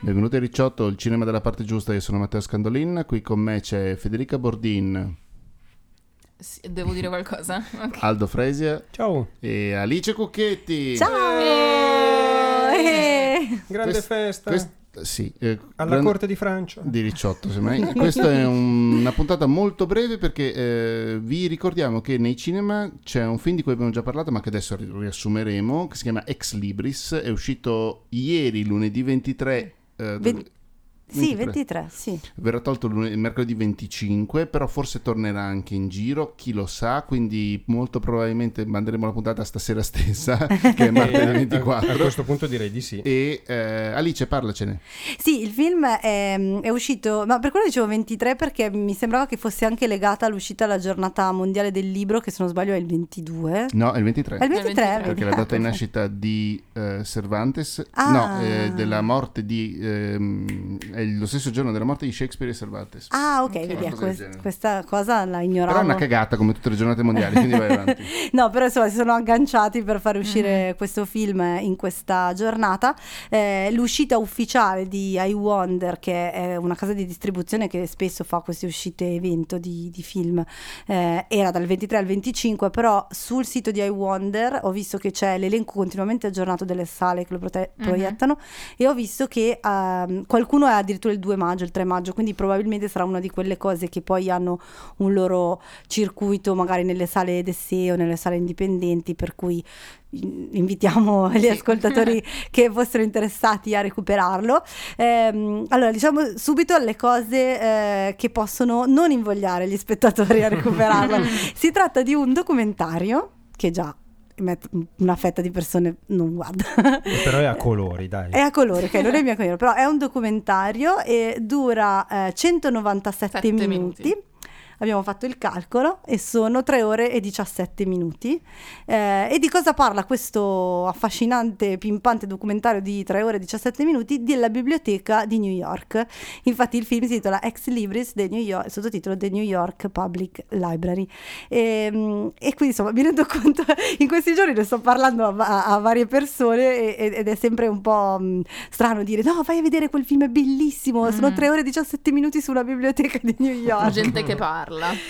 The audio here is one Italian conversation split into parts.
Benvenuti a Ricciotto, il cinema della parte giusta. Io sono Matteo Scandolin, qui con me c'è Federica Bordin. Sì, devo dire qualcosa? Okay. Aldo Fresia. Ciao. E Alice Cucchetti. Ciao. Grande festa. Sì, alla corte di Francia di Ricciotto, semmai. Questa è una puntata molto breve perché vi ricordiamo che nei cinema c'è un film di cui abbiamo già parlato ma che adesso riassumeremo, che si chiama Ex Libris. È uscito ieri, lunedì 23. Sì, 23, sì. Verrà tolto il mercoledì 25, però forse tornerà anche in giro, chi lo sa, quindi molto probabilmente manderemo la puntata stasera stessa, che è martedì 24. A questo punto direi di sì. E Alice, parlacene. Sì, il film è uscito, ma per quello dicevo 23 perché mi sembrava che fosse anche legata all'uscita alla giornata mondiale del libro, che se non sbaglio è il 22. No, è il 23. È il 23. Perché la data di nascita di Cervantes, no, della morte di... è lo stesso giorno della morte di Shakespeare e Cervantes. Ah, ok, vedi, questa cosa la ignoravo. Però è una cagata come tutte le giornate mondiali, quindi vai avanti. No, però insomma si sono agganciati per fare uscire questo film in questa giornata. L'uscita ufficiale di I Wonder, che è una casa di distribuzione che spesso fa queste uscite evento di film, era dal 23 al 25, però sul sito di I Wonder ho visto che c'è l'elenco continuamente aggiornato delle sale che lo proiettano, e ho visto che qualcuno è addirittura il 2 maggio, il 3 maggio, quindi probabilmente sarà una di quelle cose che poi hanno un loro circuito magari nelle sale d'essè o nelle sale indipendenti, per cui invitiamo gli ascoltatori che fossero interessati a recuperarlo. Allora, diciamo subito le cose che possono non invogliare gli spettatori a recuperarlo. Si tratta di un documentario che già una fetta di persone non guarda, però è a colori, dai. È a colori, ok, non è mia colore, però è un documentario e dura 197 minuti. Abbiamo fatto il calcolo e sono 3 ore e 17 minuti. E di cosa parla questo affascinante, pimpante documentario di 3 ore e 17 minuti? Della biblioteca di New York. Infatti il film si intitola Ex Libris, il sottotitolo The New York Public Library. E quindi insomma mi rendo conto, in questi giorni ne sto parlando a varie persone ed è sempre un po' strano dire no, vai a vedere quel film, è bellissimo, sono 3 ore e 17 minuti sulla biblioteca di New York. Gente che parla.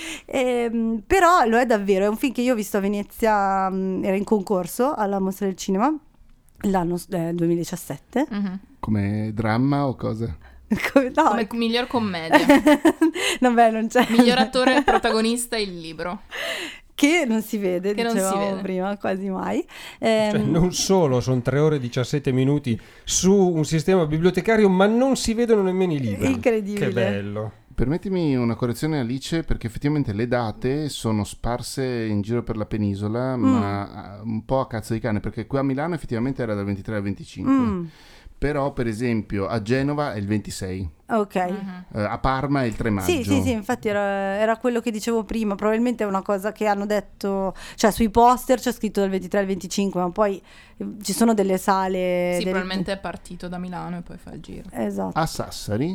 Però lo è davvero, è un film che io ho visto a Venezia, era in concorso alla Mostra del Cinema l'anno 2017. Come dramma o cosa? Come miglior commedia. Vabbè, non c'è. Miglior attore protagonista, il libro. Che non si vede, che non si vede prima, quasi mai. Cioè, non solo sono 3 ore e 17 minuti su un sistema bibliotecario, ma non si vedono nemmeno i libri. Incredibile. Che bello. Permettimi una correzione, Alice, perché effettivamente le date sono sparse in giro per la penisola, ma un po' a cazzo di cane, perché qui a Milano effettivamente era dal 23 al 25. Però per esempio a Genova è il 26. Ok. A Parma è il 3 maggio. Sì, infatti era quello che dicevo prima, probabilmente è una cosa che hanno detto, cioè sui poster c'è scritto dal 23 al 25, ma poi ci sono delle sale... Sì, probabilmente è partito da Milano e poi fa il giro. Esatto. A Sassari?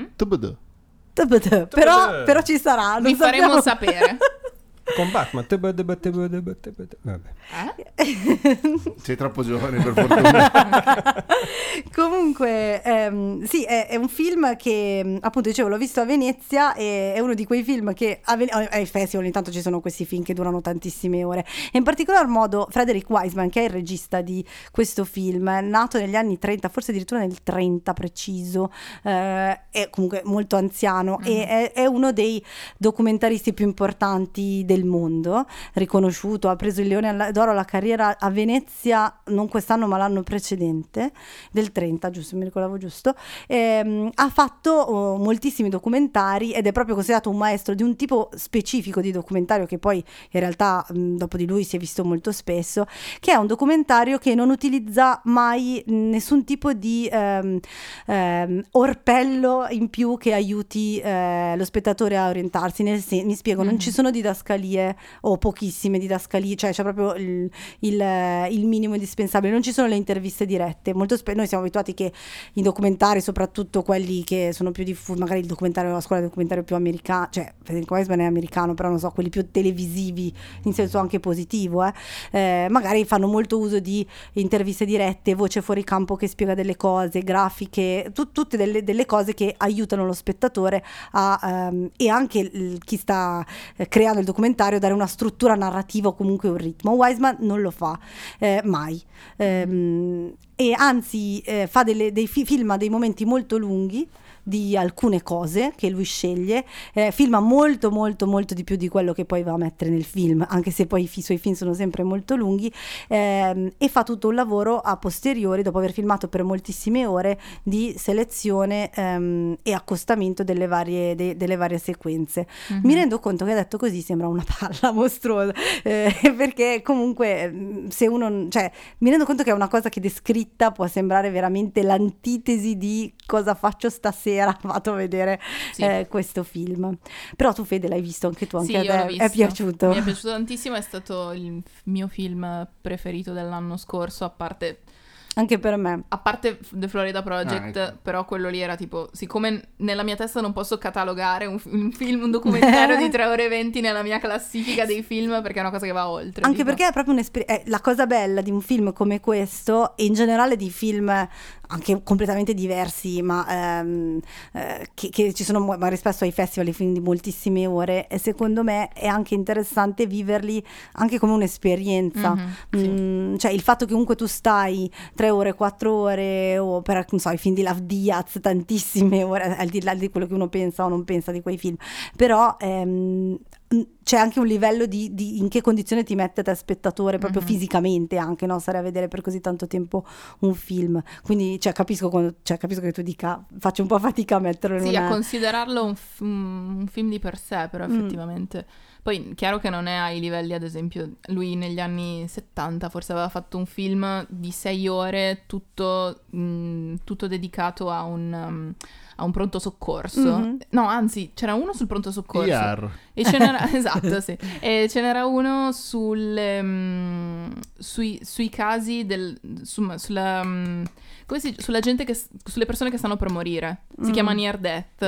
Però ci sarà. Vi faremo sapere. Con Batman. Vabbè. Sei troppo giovane per fortuna. Comunque sì, è un film che appunto dicevo l'ho visto a Venezia, e è uno di quei film che ai festival ogni tanto ci sono questi film che durano tantissime ore, e in particolar modo Frederick Wiseman, che è il regista di questo film, è nato negli anni 30, forse addirittura nel 30 preciso, è comunque molto anziano e è uno dei documentaristi più importanti del mondo, riconosciuto, ha preso il Leone d'Oro alla carriera a Venezia non quest'anno ma l'anno precedente, del 30, giusto, mi ricordavo giusto. Ha fatto moltissimi documentari ed è proprio considerato un maestro di un tipo specifico di documentario che poi in realtà dopo di lui si è visto molto spesso, che è un documentario che non utilizza mai nessun tipo di orpello in più che aiuti lo spettatore a orientarsi, mi spiego, non ci sono didascalie, didascalie o pochissime didascalie, cioè c'è proprio il minimo indispensabile, non ci sono le interviste dirette. Molto noi siamo abituati che i documentari, soprattutto quelli che sono più diffusi, magari il documentario, la scuola del documentario più americano, cioè Federico Wiseman è americano, però non so, quelli più televisivi in senso anche positivo, magari fanno molto uso di interviste dirette, voce fuori campo che spiega delle cose, grafiche, tutte delle cose che aiutano lo spettatore e anche chi sta creando il documentario a dare una struttura narrativa o comunque un ritmo. Wiseman non lo fa mai, e anzi fa dei filma dei momenti molto lunghi di alcune cose che lui sceglie, filma molto molto molto di più di quello che poi va a mettere nel film, anche se poi i suoi film sono sempre molto lunghi, e fa tutto un lavoro a posteriori, dopo aver filmato per moltissime ore, di selezione e accostamento delle varie sequenze. Mi rendo conto che detto così sembra una palla mostruosa, perché comunque se uno, cioè mi rendo conto che è una cosa che descritta può sembrare veramente l'antitesi di cosa faccio stasera, vado a vedere questo film. Però tu, Fede, l'hai visto anche tu, anche a te è piaciuto? Mi è piaciuto tantissimo, è stato il mio film preferito dell'anno scorso, a parte anche per me, a parte The Florida Project, ecco. però quello lì era tipo, siccome nella mia testa non posso catalogare un documentario di 3 ore e 20 nella mia classifica dei film, perché è una cosa che va oltre. Anche tipo. perché è proprio la cosa bella di un film come questo, e in generale di film anche completamente diversi, ma che ci sono magari spesso ai festival, i film di moltissime ore, e secondo me è anche interessante viverli anche come un'esperienza. Cioè il fatto che comunque tu stai 3 ore, 4 ore, o per, non so, i film di Love Diaz, tantissime ore, al di là di quello che uno pensa o non pensa di quei film, però c'è anche un livello di in che condizione ti mette te spettatore, proprio fisicamente anche, no? Stare a vedere per così tanto tempo un film, quindi capisco che tu dica faccio un po' fatica a metterlo in a considerarlo un film di per sé, però effettivamente poi chiaro che non è ai livelli, ad esempio lui negli anni 70 forse aveva fatto un film di 6 ore tutto dedicato a un pronto soccorso. No, anzi, c'era uno sul pronto soccorso. ER. E ce n'era esatto, sì. E ce n'era uno sui casi sulla gente sulle persone che stanno per morire. Si chiama Near Death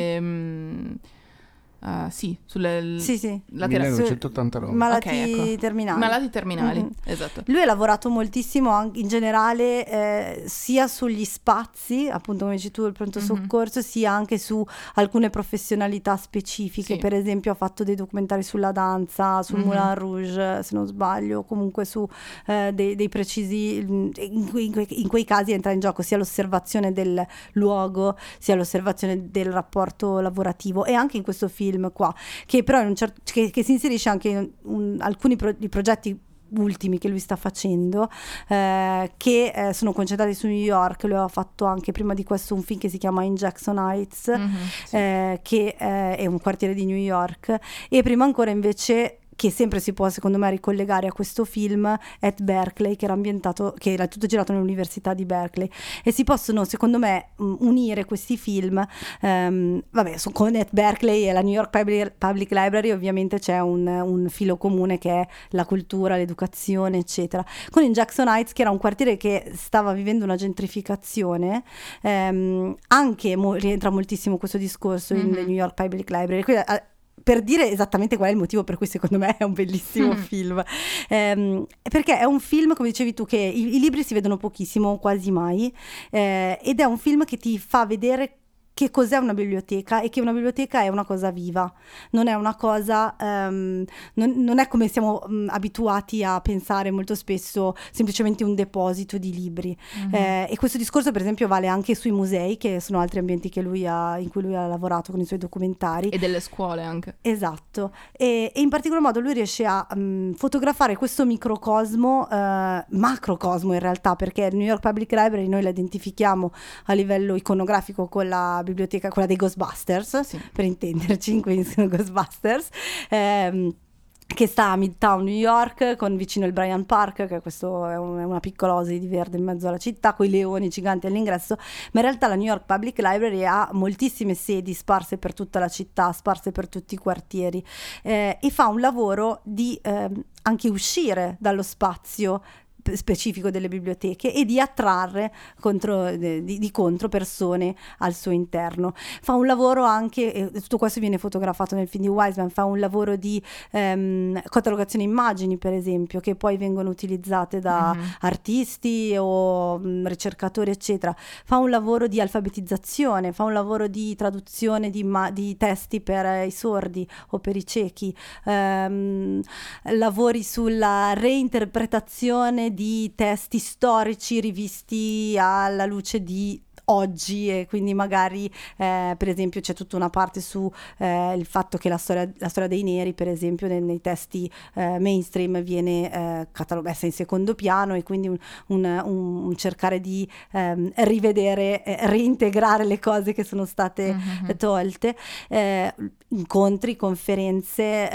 e sì, sulle sì. 1989. Malati ecco. terminali. Malati terminali, esatto. Lui ha lavorato moltissimo anche in generale, sia sugli spazi, appunto come dici tu, il pronto soccorso, sia anche su alcune professionalità specifiche. Sì. Per esempio ha fatto dei documentari sulla danza, sul Moulin Rouge, se non sbaglio, comunque su dei precisi, in quei casi entra in gioco sia l'osservazione del luogo, sia l'osservazione del rapporto lavorativo, e anche in questo film qua, che però che si inserisce anche in alcuni progetti ultimi che lui sta facendo, che sono concentrati su New York. Lui aveva fatto anche prima di questo un film che si chiama In Jackson Heights, che è un quartiere di New York, e prima ancora invece, che sempre si può secondo me ricollegare a questo film, at Berkeley, che era tutto girato nell'università di Berkeley, e si possono secondo me unire questi film. Con at Berkeley e la New York Public Library ovviamente c'è un filo comune che è la cultura, l'educazione, eccetera. Con In Jackson Heights, che era un quartiere che stava vivendo una gentrificazione, anche rientra moltissimo questo discorso in New York Public Library. Quindi, per dire esattamente qual è il motivo per cui secondo me è un bellissimo film, perché è un film, come dicevi tu, che i libri si vedono pochissimo, quasi mai, ed è un film che ti fa vedere che cos'è una biblioteca, e che una biblioteca è una cosa viva, non è una cosa, non è come siamo abituati a pensare molto spesso, semplicemente un deposito di libri. E questo discorso per esempio vale anche sui musei, che sono altri ambienti che in cui lui ha lavorato con i suoi documentari. E delle scuole anche. Esatto, e in particolar modo lui riesce a fotografare questo microcosmo, macrocosmo in realtà, perché il New York Public Library noi la identifichiamo a livello iconografico con la biblioteca, quella dei Ghostbusters, per intenderci, in cui sono Ghostbusters, che sta a Midtown New York, con vicino il Bryant Park, che questo è una piccola oasi di verde in mezzo alla città, con i leoni giganti all'ingresso, ma in realtà la New York Public Library ha moltissime sedi sparse per tutta la città, sparse per tutti i quartieri, e fa un lavoro di anche uscire dallo spazio specifico delle biblioteche e di attrarre contro persone al suo interno. Fa un lavoro anche, tutto questo viene fotografato nel film di Wiseman, fa un lavoro di catalogazione immagini, per esempio, che poi vengono utilizzate da artisti o ricercatori eccetera. Fa un lavoro di alfabetizzazione, fa un lavoro di traduzione di testi per i sordi o per i ciechi, lavori sulla reinterpretazione di testi storici rivisti alla luce di oggi, e quindi magari per esempio c'è tutta una parte su il fatto che la storia dei neri, per esempio, nei testi mainstream viene catalogata in secondo piano, e quindi un cercare di rivedere, reintegrare le cose che sono state tolte, incontri, conferenze,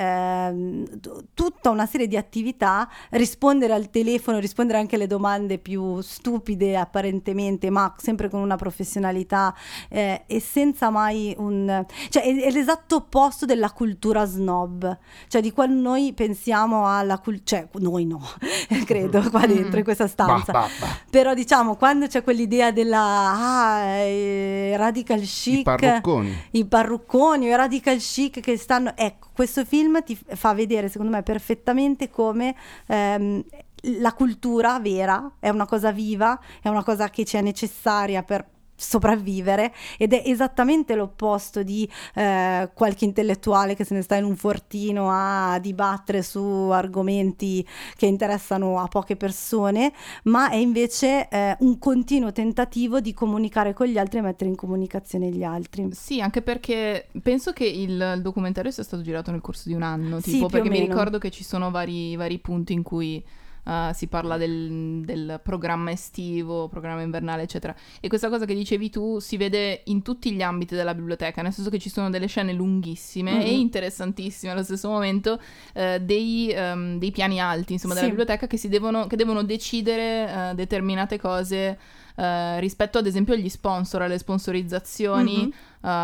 tutta una serie di attività, rispondere al telefono, rispondere anche alle domande più stupide apparentemente, ma sempre con una professionalità, e senza mai cioè è l'esatto opposto della cultura snob, cioè di quando noi pensiamo alla cioè noi no, credo qua dentro in questa stanza, però diciamo quando c'è quell'idea della radical chic, i parrucconi o i radical chic che stanno, ecco, questo film ti fa vedere secondo me perfettamente come la cultura vera è una cosa viva, è una cosa che ci è necessaria per sopravvivere, ed è esattamente l'opposto di qualche intellettuale che se ne sta in un fortino a dibattere su argomenti che interessano a poche persone, ma è invece un continuo tentativo di comunicare con gli altri e mettere in comunicazione gli altri. Sì, anche perché penso che il documentario sia stato girato nel corso di un anno, sì, tipo, perché mi ricordo che ci sono vari punti in cui si parla del programma estivo, programma invernale, eccetera. E questa cosa che dicevi tu si vede in tutti gli ambiti della biblioteca, nel senso che ci sono delle scene lunghissime e interessantissime allo stesso momento, dei piani alti, insomma, della biblioteca che devono decidere determinate cose rispetto ad esempio agli sponsor, alle sponsorizzazioni,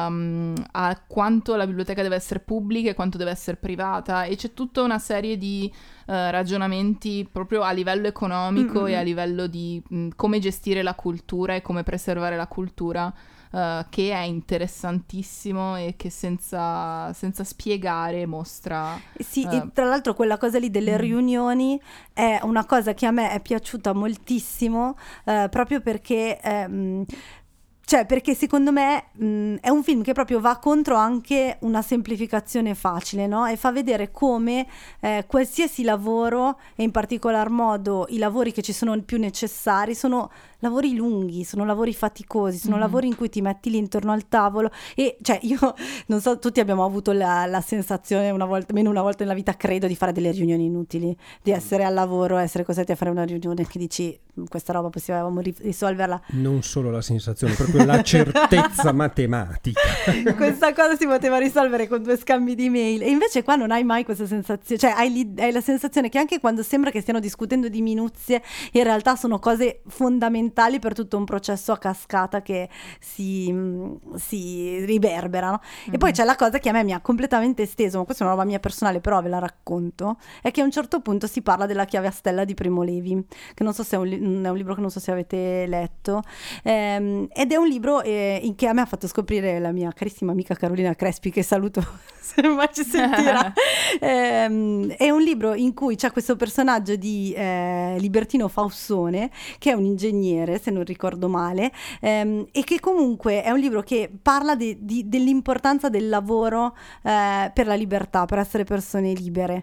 a quanto la biblioteca deve essere pubblica e quanto deve essere privata, e c'è tutta una serie di ragionamenti proprio a livello economico e a livello di come gestire la cultura e come preservare la cultura, che è interessantissimo e che senza spiegare mostra. Sì, e tra l'altro quella cosa lì delle riunioni è una cosa che a me è piaciuta moltissimo, proprio perché cioè perché secondo me è un film che proprio va contro anche una semplificazione facile, no? E fa vedere come qualsiasi lavoro, e in particolar modo i lavori che ci sono più necessari, sono lavori lunghi, sono lavori faticosi, sono lavori in cui ti metti lì intorno al tavolo, e cioè io non so, tutti abbiamo avuto la sensazione almeno una volta nella vita, credo, di fare delle riunioni inutili, di essere al lavoro, essere costretti a fare una riunione che dici questa roba possiamo risolverla. Non solo la sensazione, proprio la certezza matematica. Questa cosa si poteva risolvere con 2 scambi di mail, e invece qua non hai mai questa sensazione, cioè hai la sensazione che anche quando sembra che stiano discutendo di minuzie, in realtà sono cose fondamentali per tutto un processo a cascata che si riverbera, no? E poi c'è la cosa che a me mi ha completamente esteso, ma questa è una roba mia personale, però ve la racconto, è che a un certo punto si parla della chiave a stella di Primo Levi, che non so se è un libro che non so se avete letto, ed è un libro che a me ha fatto scoprire la mia carissima amica Carolina Crespi, che saluto se mai ci sentirà. È un libro in cui c'è questo personaggio di Libertino Faussone, che è un ingegnere, se non ricordo male, e che comunque è un libro che parla dell'importanza del lavoro per la libertà, per essere persone libere,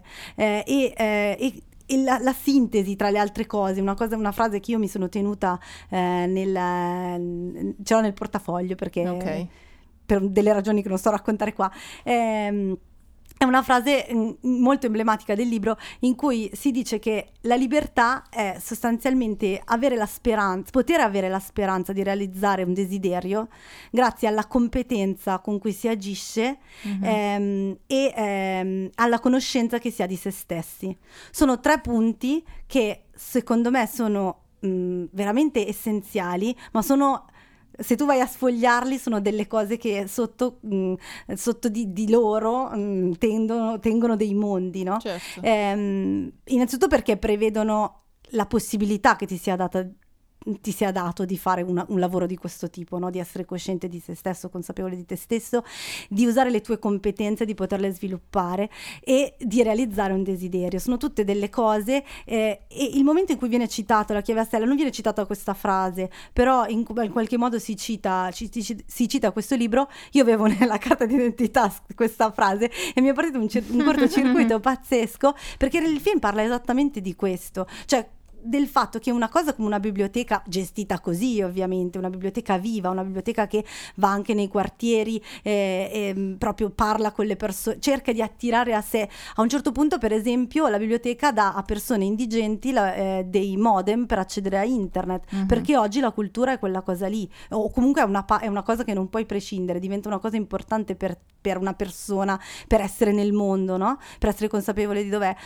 e la sintesi tra le altre cose, una frase che io mi sono tenuta ce l'ho nel portafoglio perché per delle ragioni che non sto a raccontare qua, è una frase molto emblematica del libro, in cui si dice che la libertà è sostanzialmente poter avere la speranza di realizzare un desiderio grazie alla competenza con cui si agisce e alla conoscenza che si ha di se stessi. Sono 3 punti che secondo me sono veramente essenziali, ma se tu vai a sfogliarli sono delle cose che sotto di loro tengono dei mondi, no? Certo. Innanzitutto perché prevedono la possibilità che ti sia dato di fare un lavoro di questo tipo, no? Di essere cosciente di se stesso, consapevole di te stesso, di usare le tue competenze, di poterle sviluppare e di realizzare un desiderio. Sono tutte delle cose e il momento in cui viene citato la chiave a stella, non viene citata questa frase, però in qualche modo si cita questo libro. Io avevo nella carta d'identità questa frase e mi è partito un cortocircuito pazzesco, perché il film parla esattamente di questo, cioè del fatto che una cosa come una biblioteca gestita così, ovviamente, una biblioteca viva, una biblioteca che va anche nei quartieri e proprio parla con le persone, cerca di attirare a sé. A un certo punto, per esempio, la biblioteca dà a persone indigenti dei modem per accedere a internet, perché oggi la cultura è quella cosa lì, o comunque è una cosa che non puoi prescindere, diventa una cosa importante per una persona, per essere nel mondo, no? Per essere consapevole di dov'è.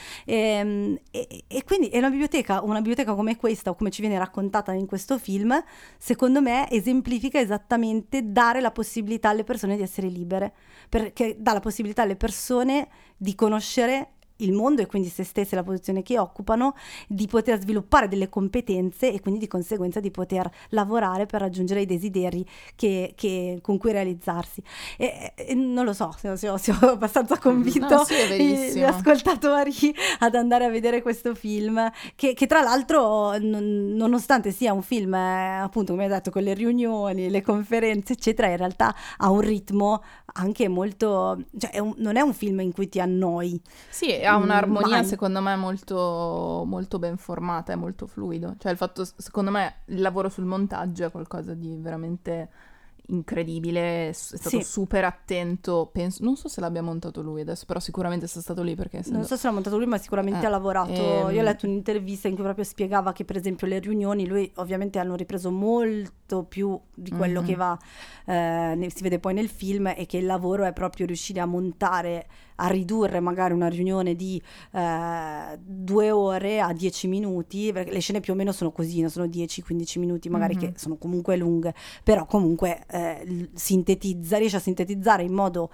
E quindi è una biblioteca come questa, o come ci viene raccontata in questo film, secondo me esemplifica esattamente dare la possibilità alle persone di essere libere, perché dà la possibilità alle persone di conoscere il mondo e quindi se stesse, la posizione che occupano, di poter sviluppare delle competenze e quindi di conseguenza di poter lavorare per raggiungere i desideri con cui realizzarsi. E non lo so se ho abbastanza convinto gli ascoltatori ad andare a vedere questo film, che tra l'altro nonostante sia un film appunto, come hai detto, con le riunioni, le conferenze eccetera, in realtà ha un ritmo anche molto, cioè non è un film in cui ti annoi. Sì, ha un'armonia secondo me molto, molto ben formata, è molto fluido. Cioè il fatto, secondo me, il lavoro sul montaggio è qualcosa di veramente incredibile, è stato super attento, penso, non so se l'abbia montato lui adesso, però sicuramente è stato lì, perché non so se l'ha montato lui, ma sicuramente ha lavorato. Io ho letto un'intervista in cui proprio spiegava che per esempio le riunioni lui ovviamente hanno ripreso molto più di quello che si vede poi nel film, e che il lavoro è proprio riuscire a montare, a ridurre magari una riunione di 2 ore a 10 minuti, perché le scene più o meno sono così, sono 10-15 minuti magari, che sono comunque lunghe, però comunque riesce a sintetizzare in modo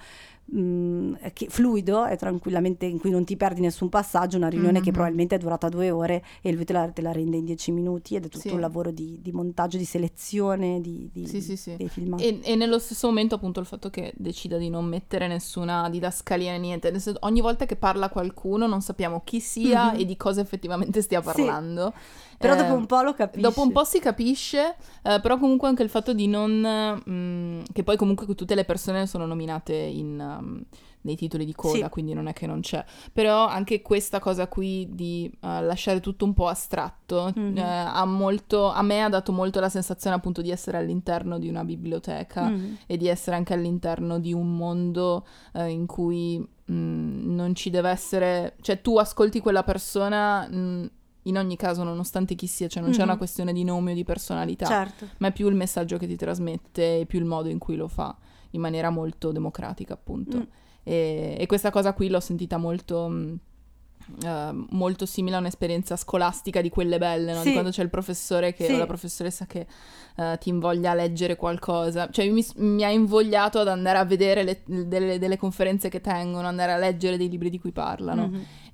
fluido e tranquillamente, in cui non ti perdi nessun passaggio, una riunione che probabilmente è durata 2 ore e lui te la rende in 10 minuti, ed è tutto un lavoro di montaggio, di selezione dei filmati. E nello stesso momento appunto il fatto che decida di non mettere nessuna didascalia né niente, nel senso, ogni volta che parla qualcuno non sappiamo chi sia e di cosa effettivamente stia parlando. Però dopo un po' lo capisci. Dopo un po' si capisce, però comunque anche il fatto di non... che poi comunque tutte le persone sono nominate nei titoli di coda, quindi non è che non c'è. Però anche questa cosa qui di lasciare tutto un po' astratto a me ha dato molto la sensazione appunto di essere all'interno di una biblioteca e di essere anche all'interno di un mondo in cui non ci deve essere... Cioè tu ascolti quella persona... in ogni caso, nonostante chi sia, cioè non c'è una questione di nome o di personalità, ma è più il messaggio che ti trasmette e più il modo in cui lo fa, in maniera molto democratica appunto. E questa cosa qui l'ho sentita molto molto simile a un'esperienza scolastica di quelle belle, no? Di quando c'è il professore o la professoressa che ti invoglia a leggere qualcosa, cioè mi ha invogliato ad andare a vedere delle conferenze che tengono, andare a leggere dei libri di cui parlano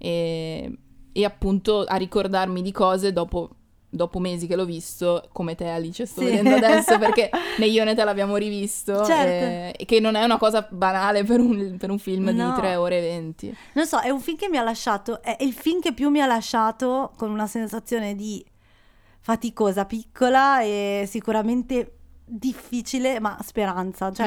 e appunto a ricordarmi di cose dopo mesi che l'ho visto, come te Alice sto vedendo adesso, perché né io né te l'abbiamo rivisto, e che non è una cosa banale per un film di 3 ore e 20. Non so, è un film che mi ha lasciato, è il film che più mi ha lasciato con una sensazione di faticosa, piccola e sicuramente difficile, ma speranza, cioè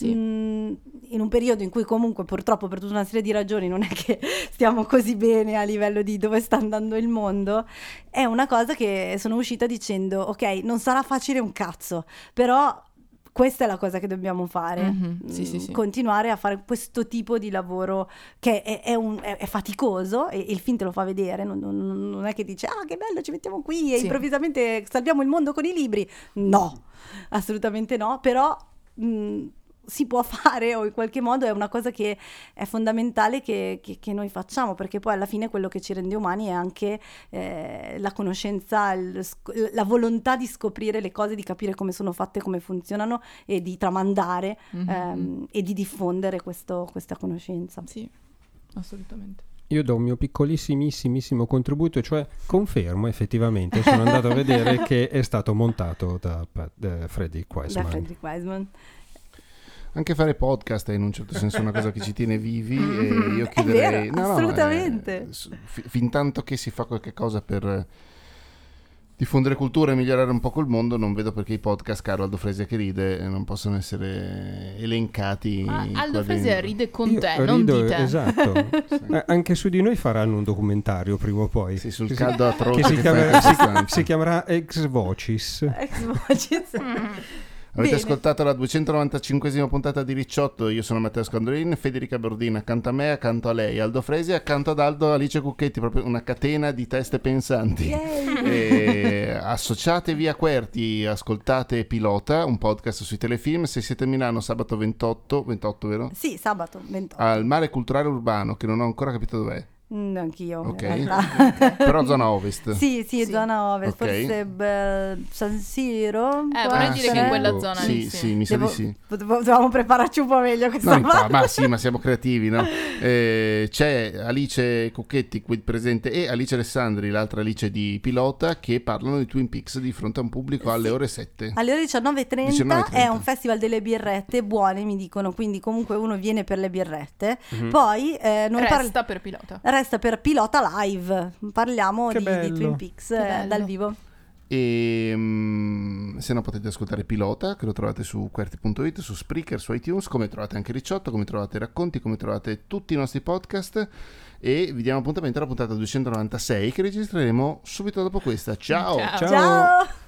in un periodo in cui comunque purtroppo per tutta una serie di ragioni non è che stiamo così bene a livello di dove sta andando il mondo, è una cosa che sono uscita dicendo ok, non sarà facile un cazzo, però questa è la cosa che dobbiamo fare, Sì. continuare a fare questo tipo di lavoro che è faticoso, e il film te lo fa vedere, non è che dice che bello, ci mettiamo qui e improvvisamente salviamo il mondo con i libri, no, assolutamente no, però si può fare, o in qualche modo è una cosa che è fondamentale che noi facciamo, perché poi alla fine quello che ci rende umani è anche la conoscenza, la volontà di scoprire le cose, di capire come sono fatte, come funzionano, e di tramandare e di diffondere questa conoscenza. Sì, assolutamente. Io do un mio piccolissimissimo contributo, cioè confermo effettivamente, sono andato a vedere che è stato montato da Frederick Wiseman. Anche fare podcast è in un certo senso una cosa che ci tiene vivi, e io chiuderei... È vero, assolutamente. Fin tanto che si fa qualche cosa per diffondere cultura e migliorare un po' il mondo, non vedo perché i podcast, caro Aldo Fresia che ride, non possono essere elencati. Ma Aldo Fresia ride con te, non di te. Esatto. Anche su di noi faranno un documentario prima o poi. Sì, sul caldo atroce che si chiamerà Ex Vocis. Avete ascoltato la 295esima puntata di Ricciotto. Io sono Matteo Scandolin, Federica Bordina accanto a me, accanto a lei Aldo Fresi, accanto ad Aldo Alice Cucchetti, proprio una catena di teste pensanti. Associatevi a Querti, ascoltate Pilota, un podcast sui telefilm. Se siete a Milano sabato 28, vero? Sì, sabato 28. Al Mare Culturale Urbano, che non ho ancora capito dov'è. Anch'io, ok. Però zona ovest. Sì, zona ovest, forse San Siro. Vorrei dire che in quella zona lì. Sì, mi sa di sì. Dovevamo prepararci un po' meglio questa parte. Ma siamo creativi, no? C'è Alice Cucchetti qui presente e Alice Alessandri, l'altra Alice di Pilota, che parlano di Twin Peaks di fronte a un pubblico alle ore 7. Alle ore 19:30 è un festival delle birrette buone, mi dicono, quindi comunque uno viene per le birrette. Poi resta per Pilota. Resta per Pilota Live, parliamo di Twin Peaks dal vivo. E se no potete ascoltare Pilota, che lo trovate su QWERTY.it, su Spreaker, su iTunes, come trovate anche Ricciotto, come trovate Racconti, come trovate tutti i nostri podcast, e vi diamo appuntamento alla puntata 296 che registreremo subito dopo questa. Ciao! Ciao!